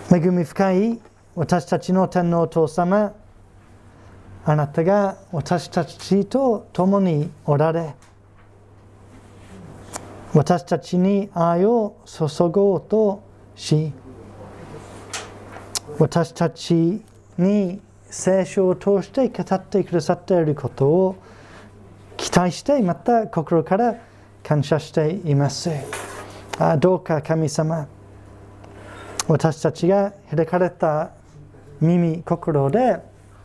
恵み深い私たちの天皇お父様、あなたが私たちと共におられ、私たちに愛を注ごうとし、私たちに聖書を通して語ってくださっていることを期待して、また心から感謝しています。どうか神様、私たちが開かれた耳、心で、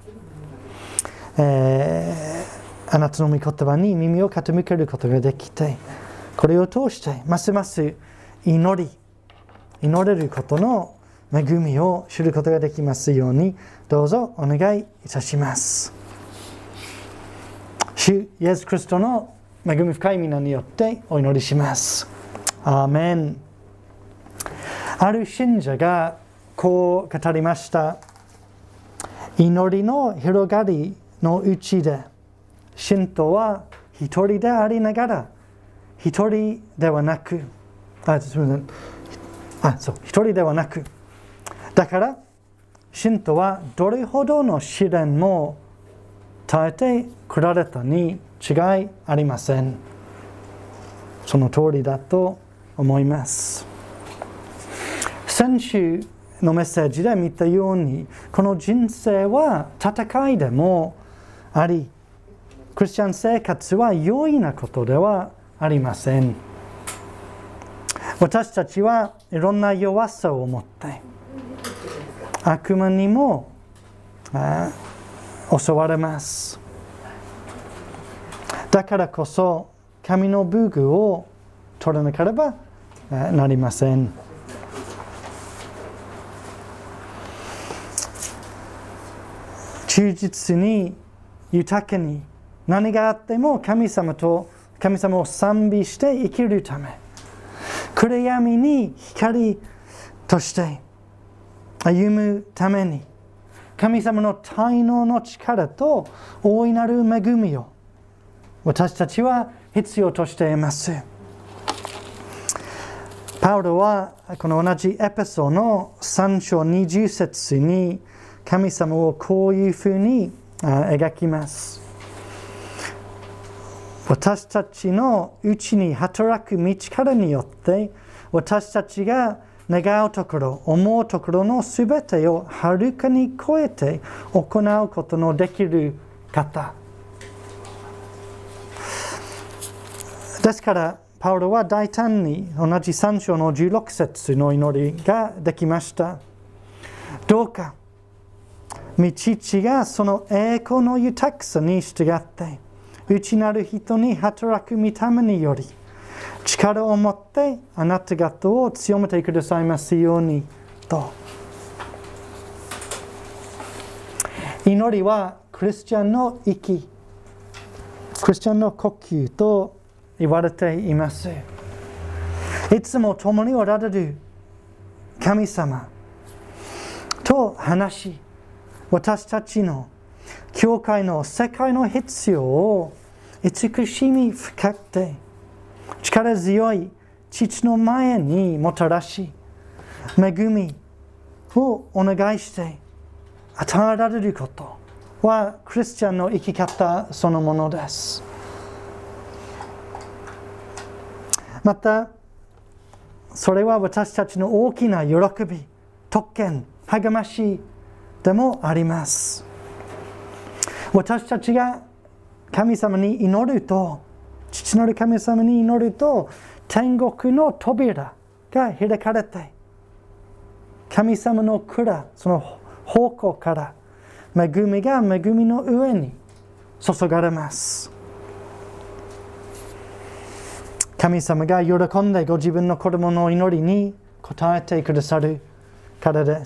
あなたの御言葉に耳を傾けることができて、これを通してますます祈れることの恵みを知ることができますように、どうぞお願いいたします。主イエス・キリストの恵み深い皆によってお祈りします。アーメン。ある信者がこう語りました。祈りの広がりのうちで、信徒は一人でありながら、一人ではなく、一人ではなく、だから信徒はどれほどの試練も耐えてこられたに違いありません。その通りだと思います。先週のメッセージで見たように、この人生は戦いでもあり、クリスチャン生活は容易なことではありません。私たちはいろんな弱さを持って、悪魔にも襲われます。だからこそ神の武具を取らなければなりません。忠実に豊かに、何があっても神様を賛美して生きるため、暗闇に光として歩むために、神様の大能の力と大いなる恵みを私たちは必要としています。パウロはこの同じエペソの3章20節に神様をこういうふうに描きます。私たちのうちに働く道からによって、私たちが願うところ、思うところのすべてをはるかに超えて行うことのできる方。ですから、パウロは大胆に同じ3章の16節の祈りができました。どうか、御父がその栄光の豊かさに従って、内なる人に働く御霊により、力を持ってあなた方を強めてくださいますようにと。祈りはクリスチャンの息、クリスチャンの呼吸と言われています。いつも共におられる神様と話し、私たちの教会の世界の必要を慈しみ深くて力強い父の前にもたらし、恵みをお願いして与えられることはクリスチャンの生き方そのものです。またそれは私たちの大きな喜び、特権、励ましでもあります。私たちが神様に祈ると、父なる神様に祈ると、天国の扉が開かれて、神様の蔵、その方向から恵みが恵みの上に注がれます。神様が喜んでご自分の子供の祈りに応えてくださるからです。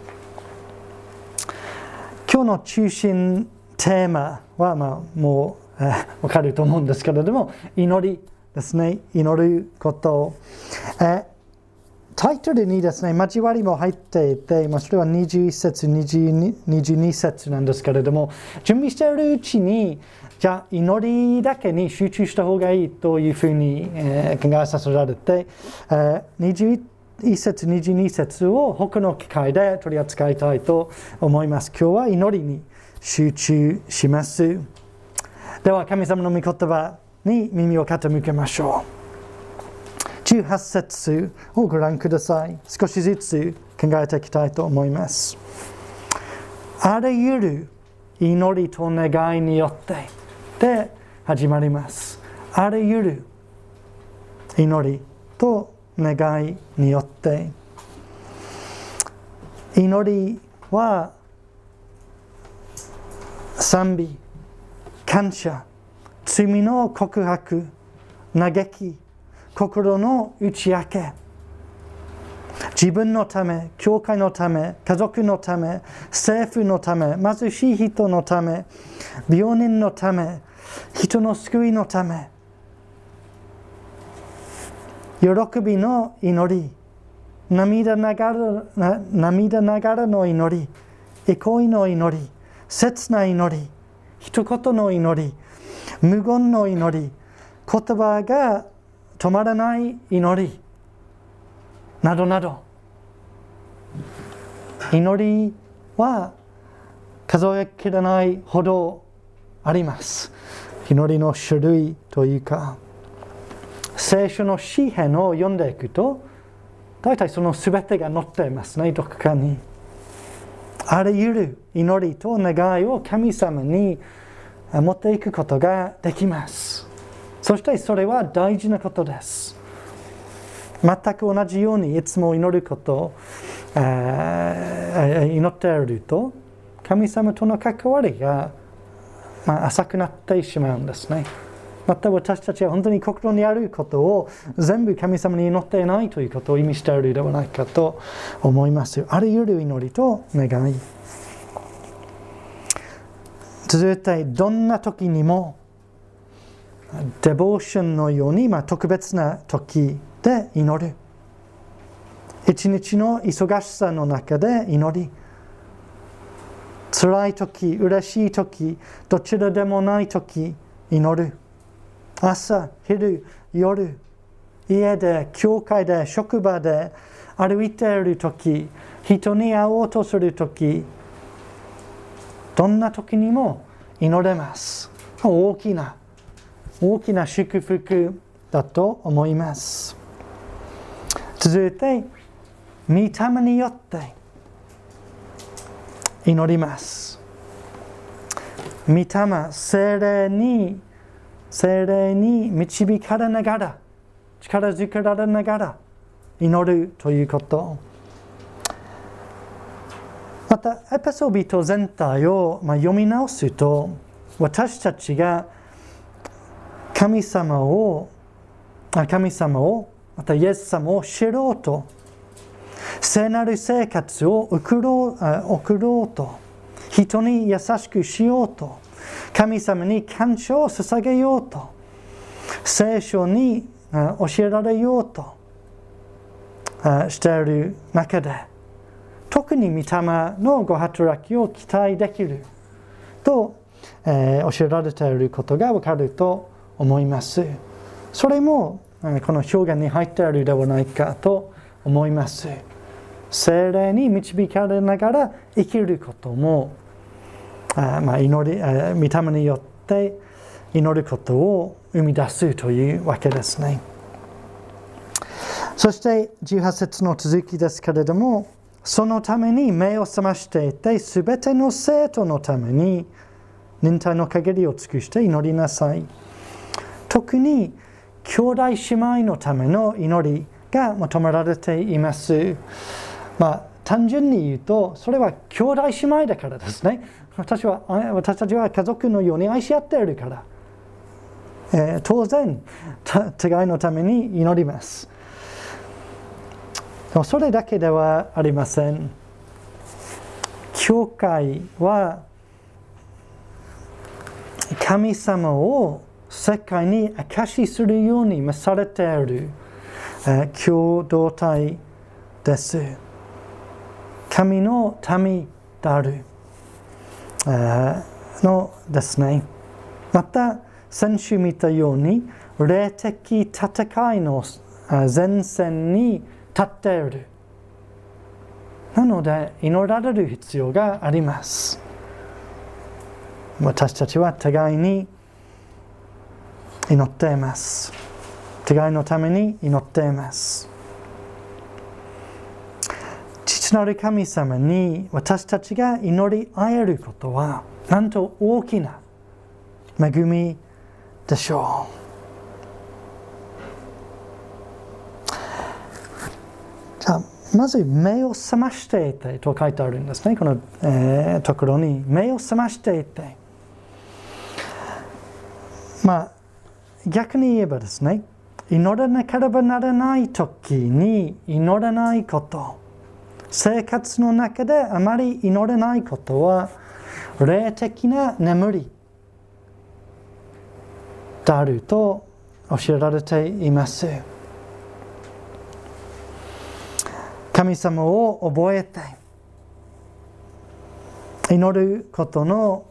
今日の中心テーマは、もう分かると思うんですけれども、祈りですね。祈ること。タイトルにですね、交わりも入っていて、それは21節、22節なんですけれども、準備しているうちに、じゃあ祈りだけに集中した方がいいというふうに考えさせられて、21 21節、22節を他の機会で取り扱いたいと思います。今日は祈りに集中します。では神様の御言葉に耳を傾けましょう。18節をご覧ください。少しずつ考えていきたいと思います。あらゆる祈りと願いによってで始まります。あらゆる祈りと願いによって。祈りは賛美、感謝、罪の告白、嘆き、心の打ち明け、自分のため、教会のため、家族のため、政府のため、貧しい人のため、病人のため、人の救いのため、喜びの祈り、涙ながらの祈り、憩いの祈り、切な祈り、一言の祈り、無言の祈り、言葉が止まらない祈り、などなど。祈りは数えきれないほどあります。祈りの種類というか、聖書の詩篇を読んでいくと、大体その全てが載っていますね、どこかに。あらゆる祈りと願いを神様に持っていくことができます。そしてそれは大事なことです。全く同じようにいつも祈ること、祈っていると、神様との関わりが、浅くなってしまうんですね。また私たちは本当に心にあることを全部神様に祈っていないということを意味しているではないかと思います。あらゆる祈りと願い。続いて、どんな時にもデボーションのように、特別な時で祈る。一日の忙しさの中で祈り。辛い時、嬉しい時、どちらでもない時、祈る。朝、昼、夜、家で、教会で、職場で、歩いている時、人に会おうとする時、どんな時にも祈れます。大きな祝福だと思います。続いて、御霊によって祈ります。御霊、聖霊に導かれながら、力づけられながら祈るということ。また、エペソビト全体を読み直すと、私たちが神様を、またイエス様を知ろうと、聖なる生活を送ろうと、人に優しくしようと、神様に感謝を捧げようと、聖書に教えられようとしている中で、特に御霊のご働きを期待できると教えられていることがわかると思います。それもこの表現に入っているではないかと思います。聖霊に導かれながら生きることも、御霊によって祈ることを生み出すというわけですね。そして18節の続きですけれども、そのために目を覚ましていて、すべての生徒のために忍耐の限りを尽くして祈りなさい。特に兄弟姉妹のための祈りが求められています。単純に言うと、それは兄弟姉妹だからですね。私たちは家族のように愛し合っているから、当然互いのために祈ります。それだけではありません。教会は神様を世界に証しするように召されている共同体です。神の民であるのですね。また先週見たように、霊的戦いの前線に立っている。なので祈られる必要があります。私たちは互いに祈っています。互いのために祈っています。父なる神様に私たちが祈り合えることは、なんと大きな恵みでしょう。じゃあまず目を覚ましていてと書いてあるんですね。この、ところに目を覚ましていて、逆に言えばですね、祈らなければならない時に祈らないこと、生活の中であまり祈れないことは霊的な眠りであると教えられています。神様を覚えて祈ることの、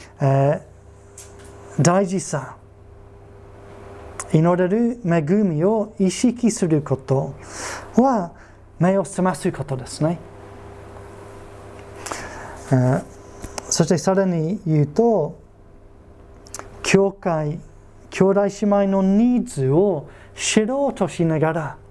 大事さ、祈れる恵みを意識することは目を覚ますことですね。そしてさらに言うと、教会、兄弟姉妹のニーズを知ろうとしながら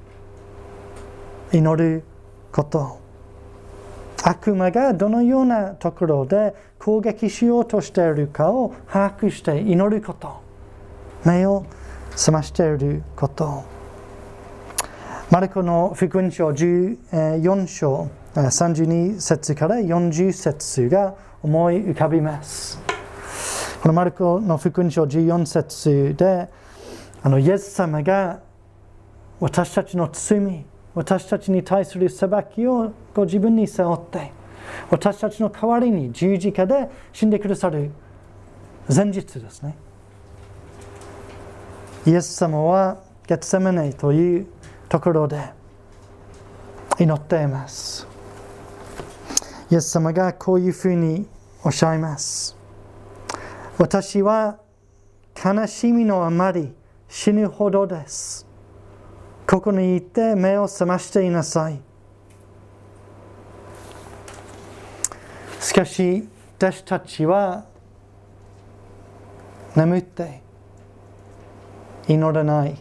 祈ること、悪魔がどのようなところで攻撃しようとしているかを把握して祈ること、目を覚ましていること。マルコの福音書14章32節から40節が思い浮かびます。このマルコの福音書14節で、イエス様が私たちの罪、私たちに対する裁きをご自分に背負って、私たちの代わりに十字架で死んでくださる前日ですね。イエス様はゲツセマネというところで祈っています。イエス様がこういうふうにおっしゃいます。私は悲しみのあまり死ぬほどです。ここに行って目を覚ましていなさい。しかし弟子たちは眠って祈らない。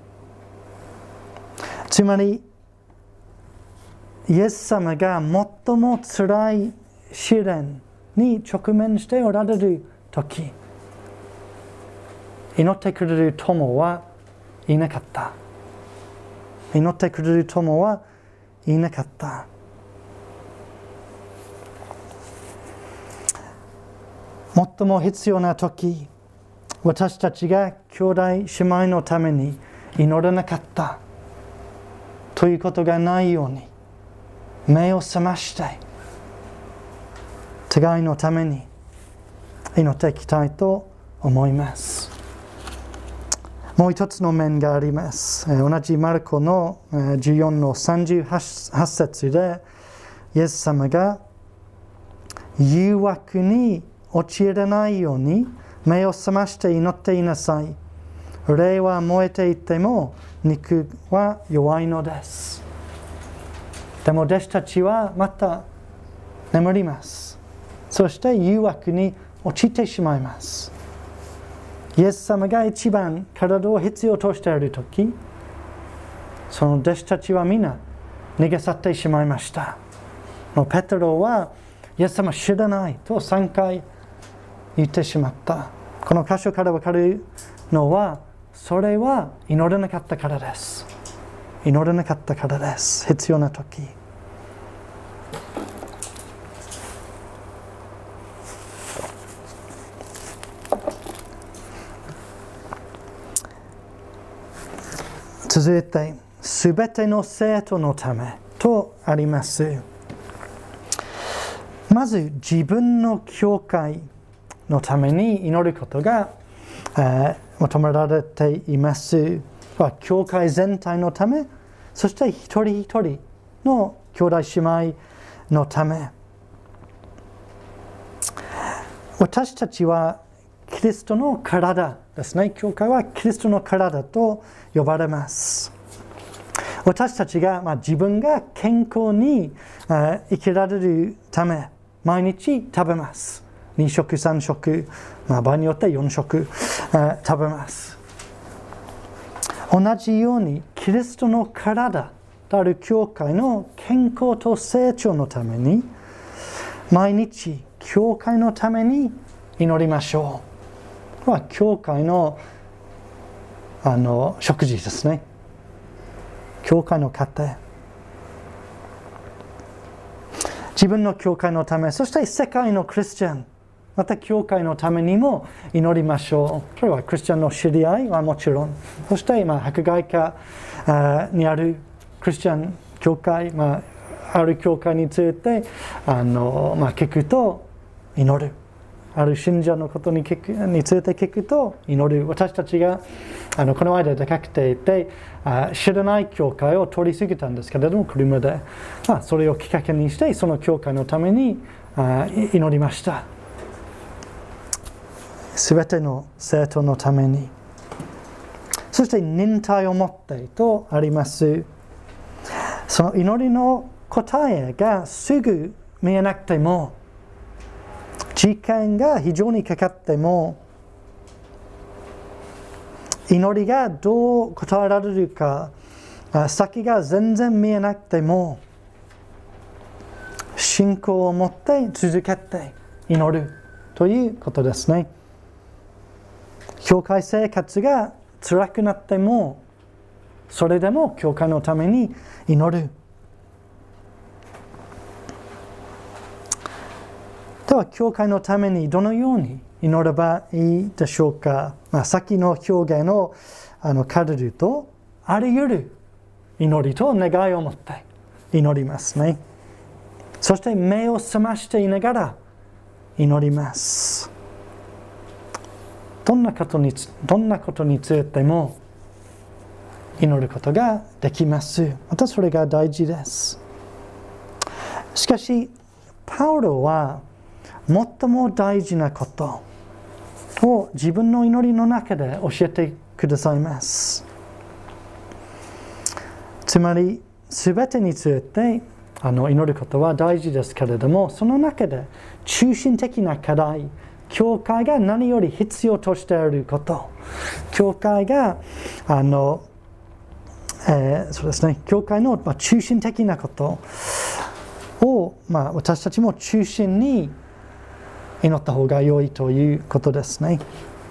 つまりイエス様が最もつらい試練に直面しておられる時、祈ってくれる友はいなかった。祈ってくれる友はいなかった。最も必要な時、私たちが兄弟姉妹のために祈らなかったということがないように、目を覚まして互いのために祈っていきたいと思います。もう一つの面があります。同じマルコの14の38節で、イエス様が誘惑に陥らないように目を覚まして祈っていなさい。霊は燃えていても肉は弱いのです。でも弟子たちはまた眠ります。そして誘惑に落ちてしまいます。イエス様が一番体を必要としているとき、その弟子たちはみんな逃げ去ってしまいました。ペテロはイエス様知らないと3回言ってしまった。この箇所から分かるのは、それは祈れなかったからです。祈れなかったからです。必要なとき。続いて、すべての生徒のためとあります。まず自分の教会のために祈ることが、求められています。教会全体のため、そして一人一人の兄弟姉妹のため。私たちはキリストの体ですね。教会はキリストの体と呼ばれます。 私たちが、自分が健康に生きられるため、毎日食べます。2食、3食、場合によって4食、食べます。同じように、キリストの体である教会の健康と成長のために、毎日、教会のために祈りましょう。これは教会の、食事ですね。教会の家庭。自分の教会のため、そして世界のクリスチャン、また教会のためにも祈りましょう。それはクリスチャンの知り合いはもちろん、そして迫害下にあるクリスチャン教会、ある教会について聞くと祈る。ある信者のことについて聞くと祈る。私たちがこの間出かけていて知らない教会を通り過ぎたんですけれども、車で、それをきっかけにしてその教会のために祈りました。すべての生徒のために。そして忍耐を持ってとあります。その祈りの答えがすぐ見えなくても、時間が非常にかかっても、祈りがどう答えられるか、先が全然見えなくても、信仰を持って続けて祈るということですね。教会生活が辛くなっても、それでも教会のために祈る。では、教会のためにどのように祈ればいいでしょうか。先の表現を借りると、あらゆる祈りと願いを持って祈りますね。そして目を覚ましていながら祈ります。どんなことについても祈ることができます。またそれが大事です。しかし、パウロは最も大事なことを自分の祈りの中で教えてくださいます。つまり、すべてについて祈ることは大事ですけれども、その中で中心的な課題、教会が何より必要としていること、教会がそうですね、教会の中心的なことを、私たちも中心に祈った方が良いということですね。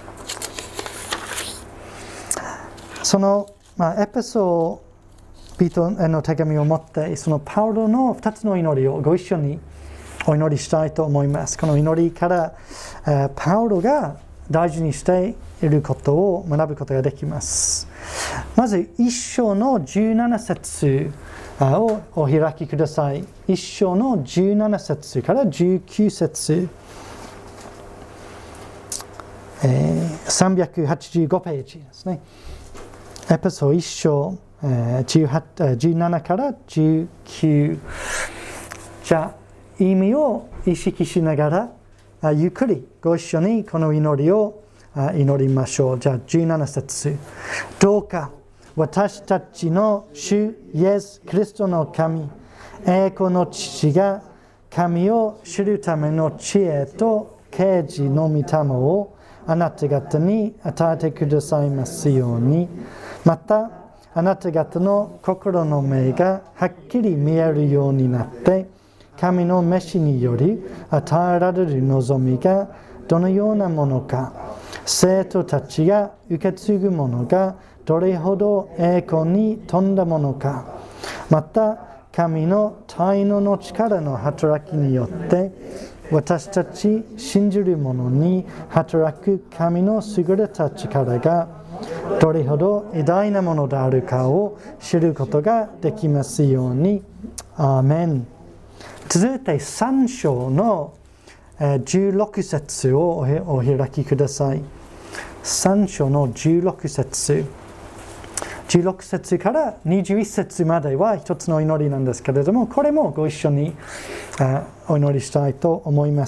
その、エペソ人への手紙を持って、そのパウロの2つの祈りをご一緒にお祈りしたいと思います。この祈りから、パウロが大事にしていることを学ぶことができます。まず1章の17節をお開きください。1章の17節から19節、385ページですね。エペソ1章17から19。じゃあ意味を意識しながらゆっくりご一緒にこの祈りを祈りましょう。じゃあ17節。どうか私たちの主イエス・キリストの神、栄光の父が神を知るための知恵と啓示の御霊をあなた方に与えてくださいますように、またあなた方の心の目がはっきり見えるようになって、神の召しにより与えられる望みがどのようなものか、生徒たちが受け継ぐものがどれほど栄光に富んだものか、また神の大能の力の働きによって私たち信じる者に働く神の優れた力がどれほど偉大なものであるかを知ることができますように。アーメン。続いて3章の16節をお開きください。3章の16節。16節から21節までは一つの祈りなんですけれども、これもご一緒にお祈りしたいと思います。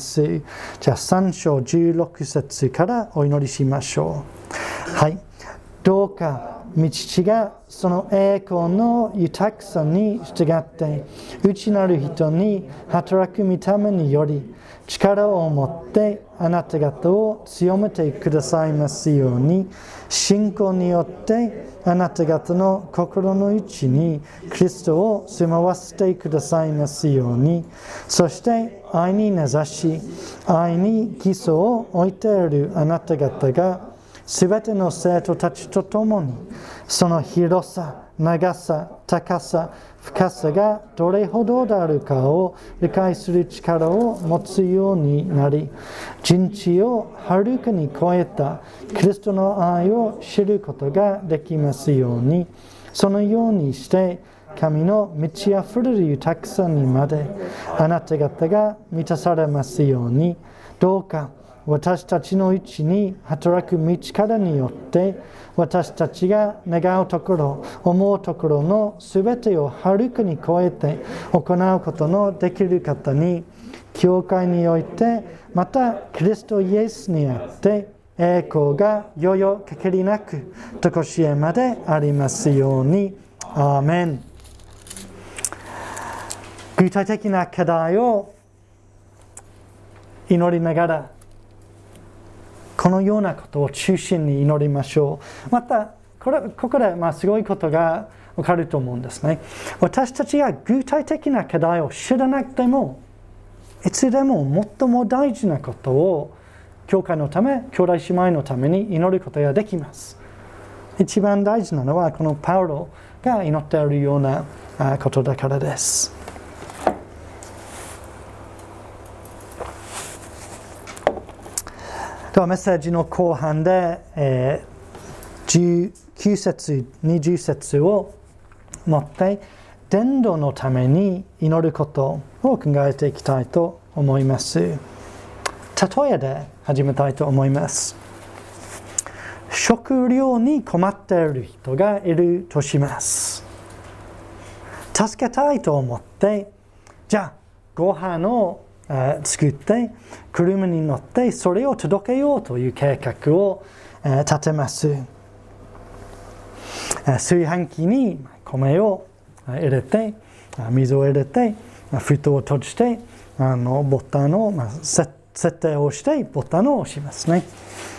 じゃあ3章16節からお祈りしましょう。はい。 どうか御父がその栄光の豊かさに従って内なる人に働く御霊により力を持ってあなた方を強めてくださいますように、信仰によってあなた方の心の内にキリストを住まわせてくださいますように、そして愛に根ざし愛に基礎を置いているあなた方がすべての生徒たちと共にその広さ、長さ、高さ、深さがどれほどであるかを理解する力を持つようになり、人知をはるかに超えたキリストの愛を知ることができますように、そのようにして神の満ち溢れる豊かさにまであなた方が満たされますように、どうか私たちのうちに働く御力によって私たちが願うところ、思うところのすべてをはるかに超えて行うことのできる方に、教会においてまたキリストイエスにあって栄光がよよ限りなく常しえまでありますように。アーメン。具体的な課題を祈りながらこのようなことを中心に祈りましょう。またここですごいことが分かると思うんですね。私たちが具体的な課題を知らなくても、いつでも最も大事なことを教会のため、兄弟姉妹のために祈ることができます。一番大事なのはこのパウロが祈っているようなことだからです。ではメッセージの後半で、19節、20節を持って伝道のために祈ることを考えていきたいと思います。例えで始めたいと思います。食料に困っている人がいるとします。助けたいと思って、じゃあご飯を作って車に乗ってそれを届けようという計画を立てます。炊飯器に米を入れて水を入れて蓋を閉じてボタンを設定をしてボタンを押しますね。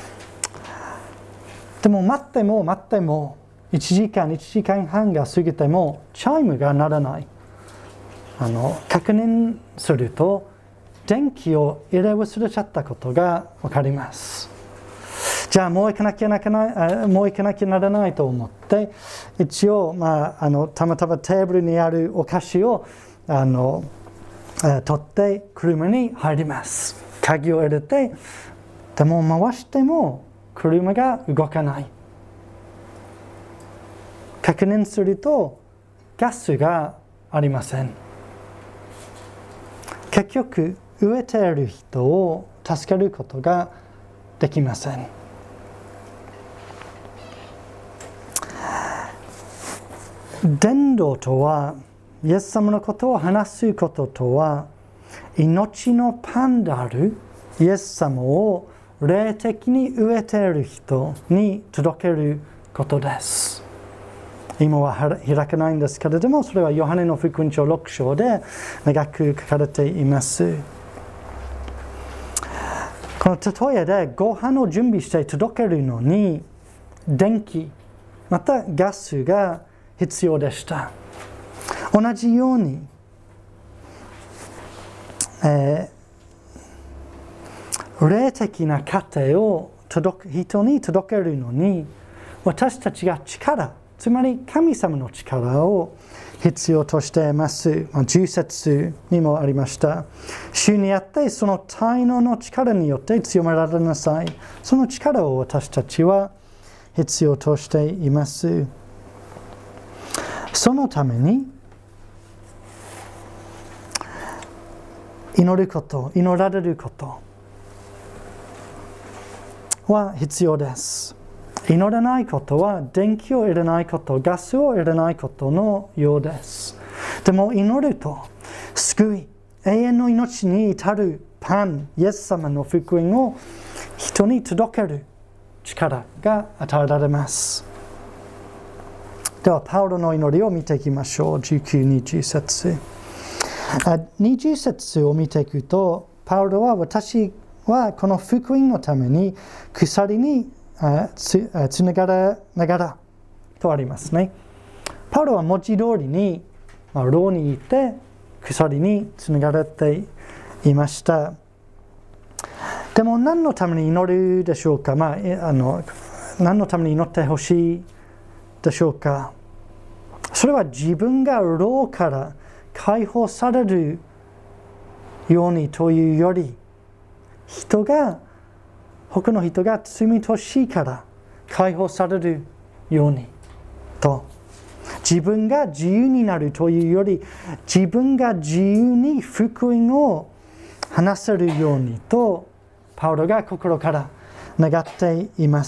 でも待っても1時間半が過ぎてもチャイムが鳴らない。確認すると電気を入れ忘れちゃったことが分かります。じゃあもう行かなきゃならないと思って一応、たまたまテーブルにあるお菓子を取って車に入ります。鍵を入れて、でも回しても車が動かない。確認するとガスがありません。結局飢えている人を助けることができません。伝道とは、イエス様のことを話すこととは、命のパンであるイエス様を霊的に飢えている人に届けることです。今は開けないんですけれども、それはヨハネの福音書6章で長く書かれています。この例えでご飯を準備して届けるのに電気またガスが必要でした。同じように、霊的な過程を人に届けるのに私たちが力、つまり神様の力を必要としています。10節にもありました。主にあってその大能の力によって強められなさい。その力を私たちは必要としています。そのために祈ること、祈られることは必要です。祈らないことは電気を入れないこと、ガスを入れないことのようです。でも祈ると救い、永遠の命に至るパン、イエス様の福音を人に届ける力が与えられます。 では、パウロの祈りを見ていきましょう。19、20節。20節を見ていくと、パウロは私はこの福音のために鎖につながらながらとありますね。パウロは文字通りに、牢にいて鎖につながれていました。でも何のために祈るでしょうか。何のために祈ってほしいでしょうか。それは自分が牢から解放されるようにというより、他の人が罪と死から解放されるようにと、自分が自由になるというより、自分が自由に福音を話せるようにと、パウロが心から願っています。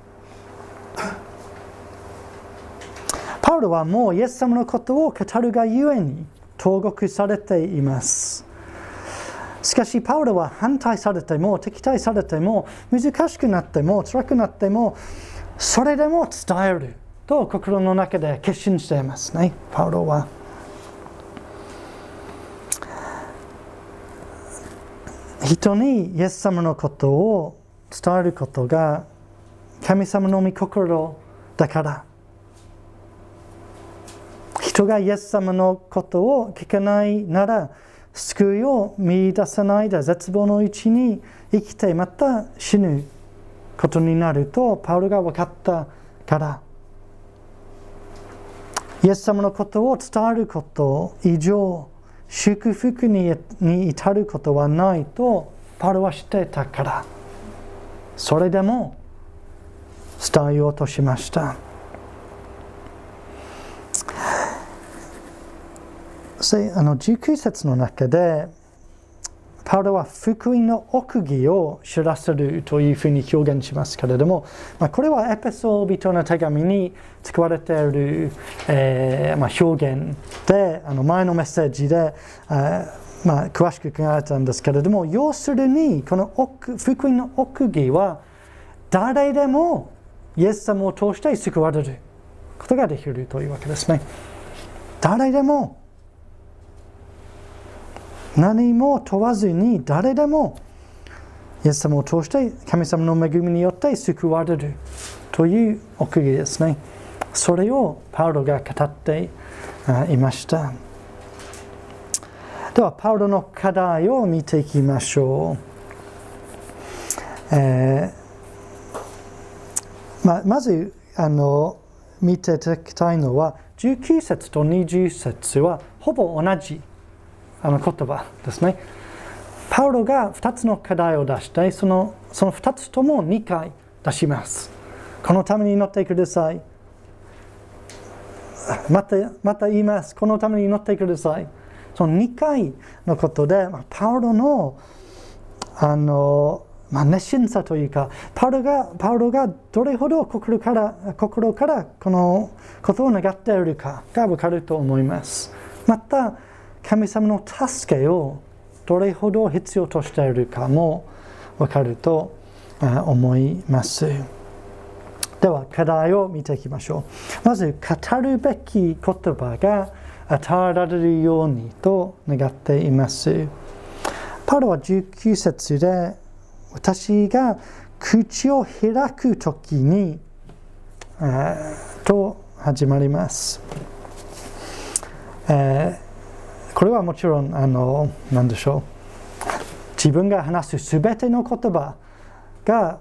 パウロはもうイエス様のことを語るがゆえに投獄されています。しかしパウロは反対されても敵対されても難しくなっても辛くなってもそれでも伝えると心の中で決心していますね。パウロは人にイエス様のことを伝えることが神様の御心だから、人がイエス様のことを聞かないなら救いを見出さないで絶望のうちに生きてまた死ぬことになるとパウロが分かったから、イエス様のことを伝えること以上祝福に至ることはないとパウロは知っていたから、それでも伝えようとしました。19節の中でパウロは福音の奥義を知らせるというふうに表現しますけれども、これはエペソ人の手紙に使われている、表現で前のメッセージで、詳しく考えたんですけれども、要するにこの福音の奥義は誰でもイエス様を通して救われることができるというわけですね。誰でも何も問わずに誰でもイエス様を通して神様の恵みによって救われるという奥義ですね。それをパウロが語っていました。ではパウロの課題を見ていきましょう。まず見ていただきたいのは19節と20節はほぼ同じ言葉ですね。パウロが2つの課題を出してその2つとも2回出します。このために祈ってください。また言います。このために祈ってください。その2回のことでパウロの熱心さというか、パウロがどれほど心からこのことを願っているかが分かると思います。また神様の助けをどれほど必要としているかも分かると思います。では課題を見ていきましょう。まず語るべき言葉が与えられるようにと願っています。パウロは19節で私が口を開くときにと始まります。これはもちろん何でしょう、自分が話すすべての言葉が、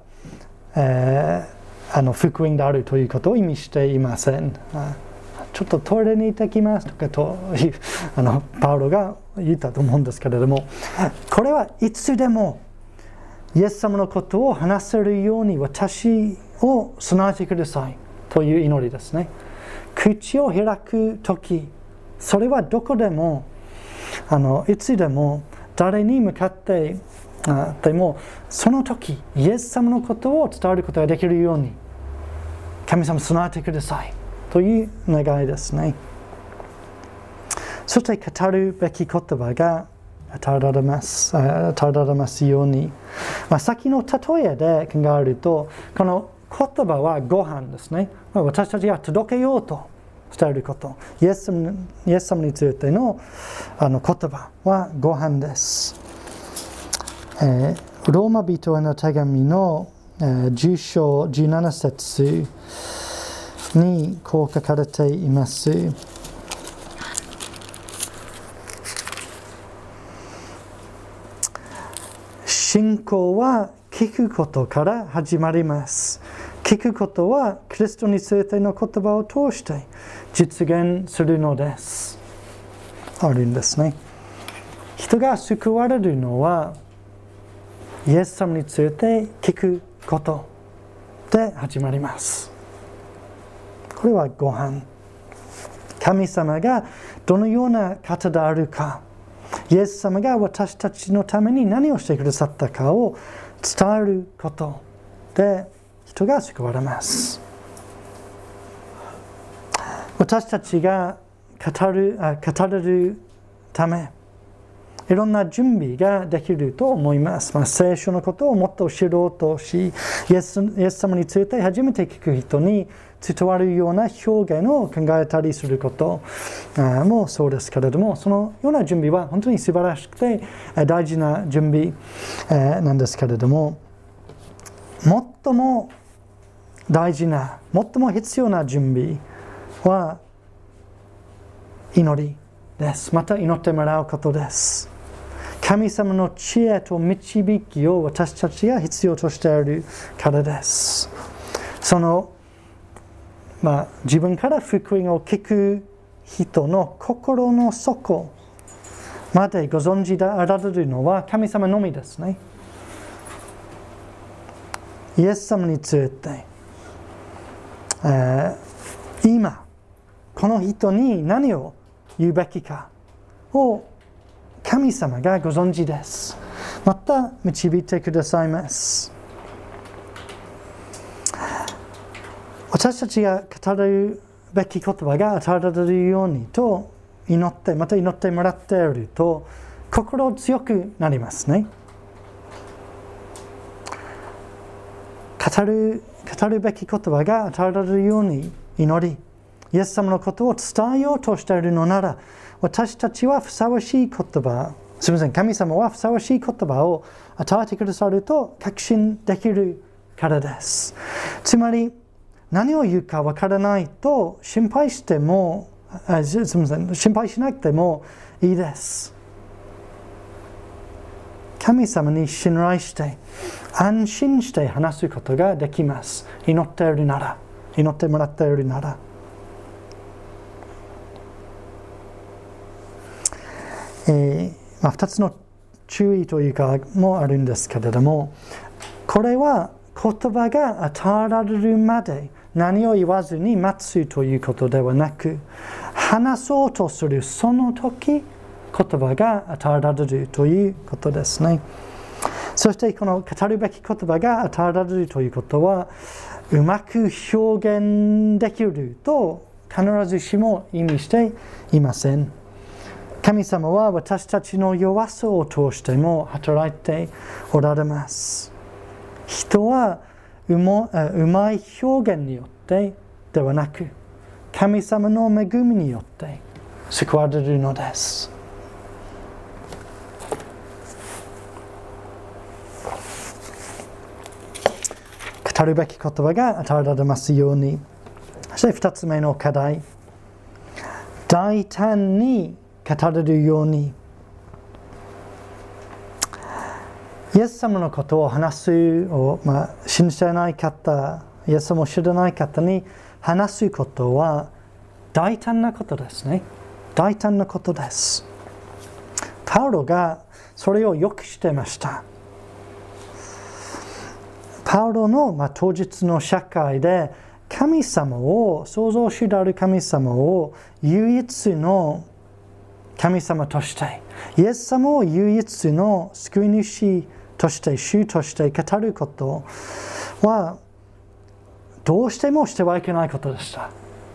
福音であるということを意味していません。ちょっとトイレに行ってきますとかとパウロが言ったと思うんですけれども、これはいつでもイエス様のことを話せるように私を備えてくださいという祈りですね。口を開くとき、それはどこでもいつでも誰に向かってでもその時イエス様のことを伝えることができるように神様備えてくださいという願いですね。そして語るべき言葉が与えられますように、先の例えで考えるとこの言葉はご飯ですね。私たちが届けようと伝えること。イエス様についての言葉はご飯です。ローマ人への手紙の10章17節にこう書かれています。信仰は聞くことから始まります。聞くことはキリストについての言葉を通して実現するのです。あるんですね。人が救われるのはイエス様について聞くことで始まります。これはご飯。神様がどのような方であるか、イエス様が私たちのために何をしてくださったかを伝えることで人が救われます。私たちが語れるためいろんな準備ができると思います。聖書のことをもっと知ろうとし、イエス様について初めて聞く人に伝わるような表現を考えたりすることもそうですけれども、そのような準備は本当に素晴らしくて大事な準備なんですけれども、最も大事な、最も必要な準備は祈りです。また祈ってもらうことです。神様の知恵と導きを私たちが必要としているからです。自分から福音を聞く人の心の底までご存知であられるのは神様のみですね。イエス様について、今この人に何を言うべきかを神様がご存知です。また導いてくださいます。私たちが語るべき言葉が与えられるようにと祈って、また祈ってもらっていると心強くなりますね。語るべき言葉が与えられるように祈り、イエス様のことを伝えようとしているのなら、私たちはふさわしい言葉、神様はふさわしい言葉を与えてくださると確信できるからです。つまり何を言うかわからないと心配しなくてもいいです。神様に信頼して安心して話すことができます。祈ってもらっているなら。2つの注意というかもあるんですけれども、これは言葉が与えられるまで何を言わずに待つということではなく、話そうとするその時言葉が与えられるということですね。そしてこの語るべき言葉が与えられるということはうまく表現できると必ずしも意味していません。神様は私たちの弱さを通しても働いておられます。人はうまい表現によってではなく、神様の恵みによって救われるのです。語るべき言葉が与えられますように。そして2つ目の課題、大胆に語れるように。イエス様のことを話すを、信じてない方、イエス様を知らない方に話すことは大胆なことですね。大胆なことです。パウロがそれをよくしてました。パウロの、当日の社会で神様を、創造主である神様を唯一の神様として、イエス様を唯一の救い主として、主として語ることはどうしてもしてはいけないことでした。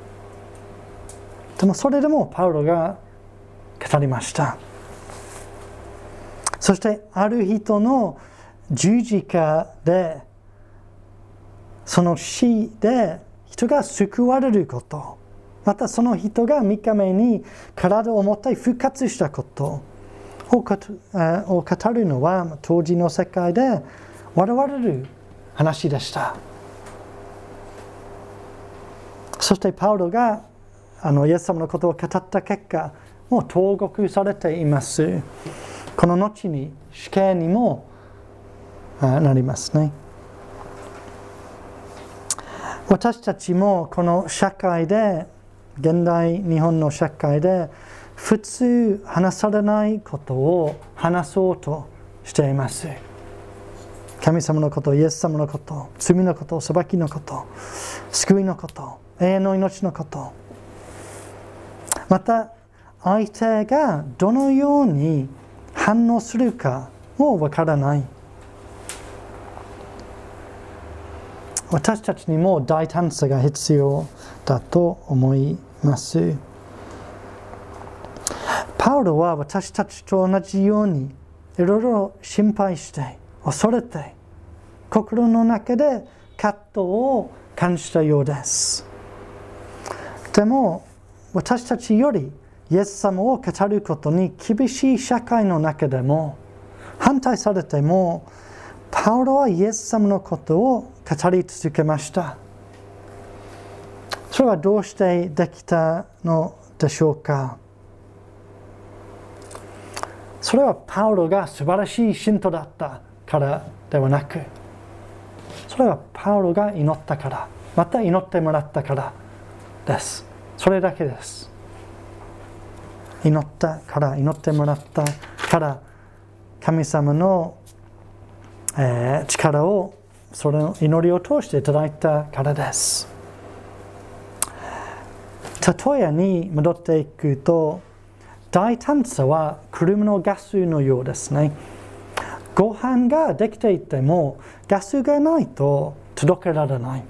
でもそれでもパウロが語りました。そしてある人の十字架で、その死で人が救われること、 またその人が3日目に体をもって復活したことを語るのは当時の世界で笑われる話でした。そしてパウロがイエス様のことを語った結果、もう投獄されています。この後に死刑にもなりますね。私たちもこの社会で、現代日本の社会で普通話されないことを話そうとしています。神様のこと、イエス様のこと、罪のこと、裁きのこと、救いのこと、永遠の命のこと、また相手がどのように反応するかもわからない。私たちにも大胆さが必要だと思います。パウロは私たちと同じようにいろいろ心配して恐れて心の中で葛藤を感じたようです。でも私たちよりイエス様を語ることに厳しい社会の中でも反対されてもパウロはイエス様のことを語り続けました。それはどうしてできたのでしょうか。それはパウロが素晴らしい信徒だったからではなく、それはパウロが祈ったから、また祈ってもらったからです。それだけです。祈ったから、祈ってもらったから、神様の力をその祈りを通していただいたからです。例えに戻っていくと、大胆さは車のガスのようですね。ご飯ができていてもガスがないと届けられない。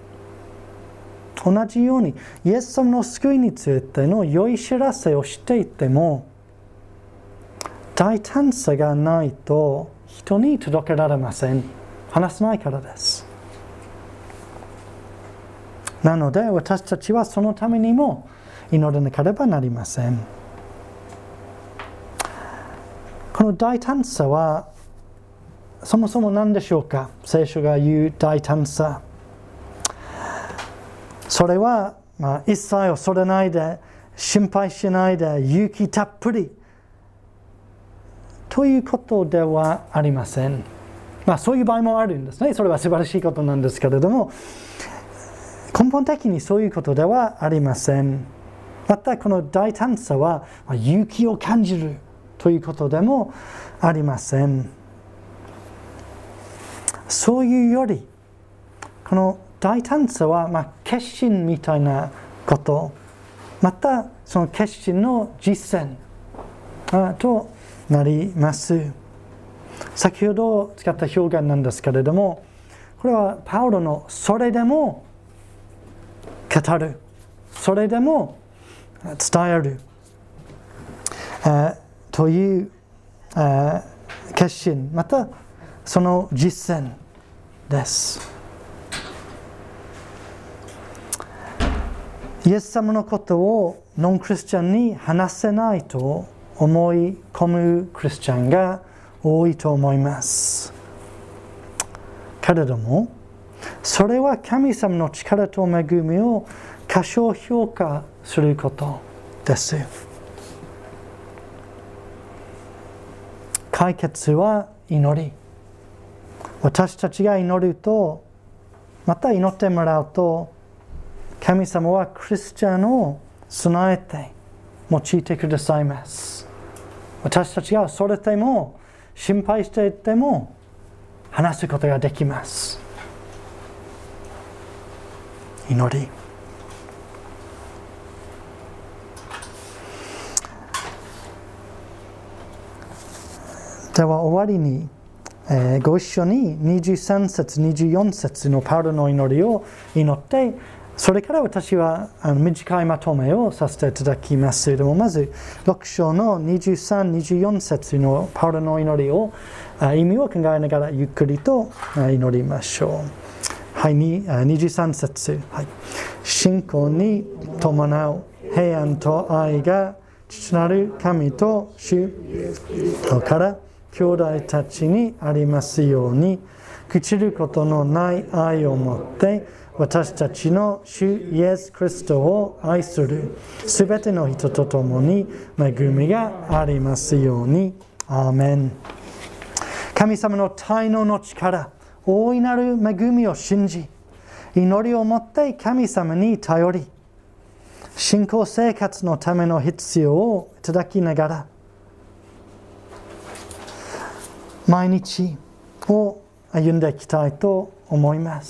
同じようにイエス様の救いについての良い知らせを知っていても大胆さがないと人に届けられません。話せないからです。なので私たちはそのためにも祈らなければなりません。この大胆さはそもそも何でしょうか。聖書が言う大胆さ。それは、一切恐れないで、心配しないで、勇気たっぷりということではありません。そういう場合もあるんですね。それは素晴らしいことなんですけれども、根本的にそういうことではありません。またこの大胆さは勇気を感じるということでもありません。そういうより、この大胆さは決心みたいなこと、またその決心の実践となります。先ほど使った表現なんですけれども、これはパウロのそれでも語る、それでも伝える、という決心、またその実践です。イエス様のことをノンクリスチャンに話せないと思い込むクリスチャンが多いと思います。けれども、それは神様の力と恵みを過小評価することです。解決は祈り。私たちが祈ると、また祈ってもらうと、神様はクリスチャンを備えて用いてくださいます。私たちが恐れても心配していても話すことができます。祈り。では終わりに、ご一緒に23節24節のパウロの祈りを祈って、それから私は短いまとめをさせていただきますけれども、まず6章の23、24節のパウロの祈りを意味を考えながらゆっくりと祈りましょう。 はい、23節、はい、信仰に伴う平安と愛が父なる神と主から兄弟たちにありますように、朽ちることのない愛を持って私たちの主イエス・キリストを愛するすべての人と共に恵みがありますように。アーメン。神様の大能の力、大いなる恵みを信じ、祈りを持って神様に頼り、信仰生活のための必要をいただきながら、毎日を歩んでいきたいと思います。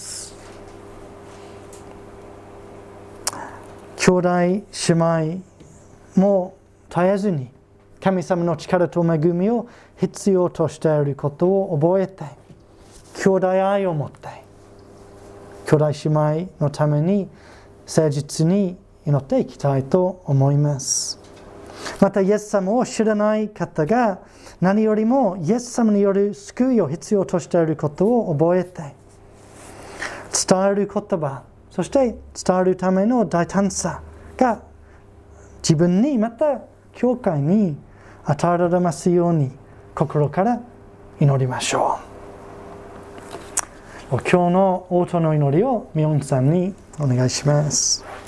兄弟姉妹も絶えずに神様の力と恵みを必要としていることを覚えて、兄弟愛を持って兄弟姉妹のために誠実に祈っていきたいと思います。またイエス様を知らない方が何よりもイエス様による救いを必要としていることを覚えて、伝える言葉、そして伝えるための大胆さが自分にまた教会に与えられますように心から祈りましょう。今日の応答の祈りをミヨンさんにお願いします。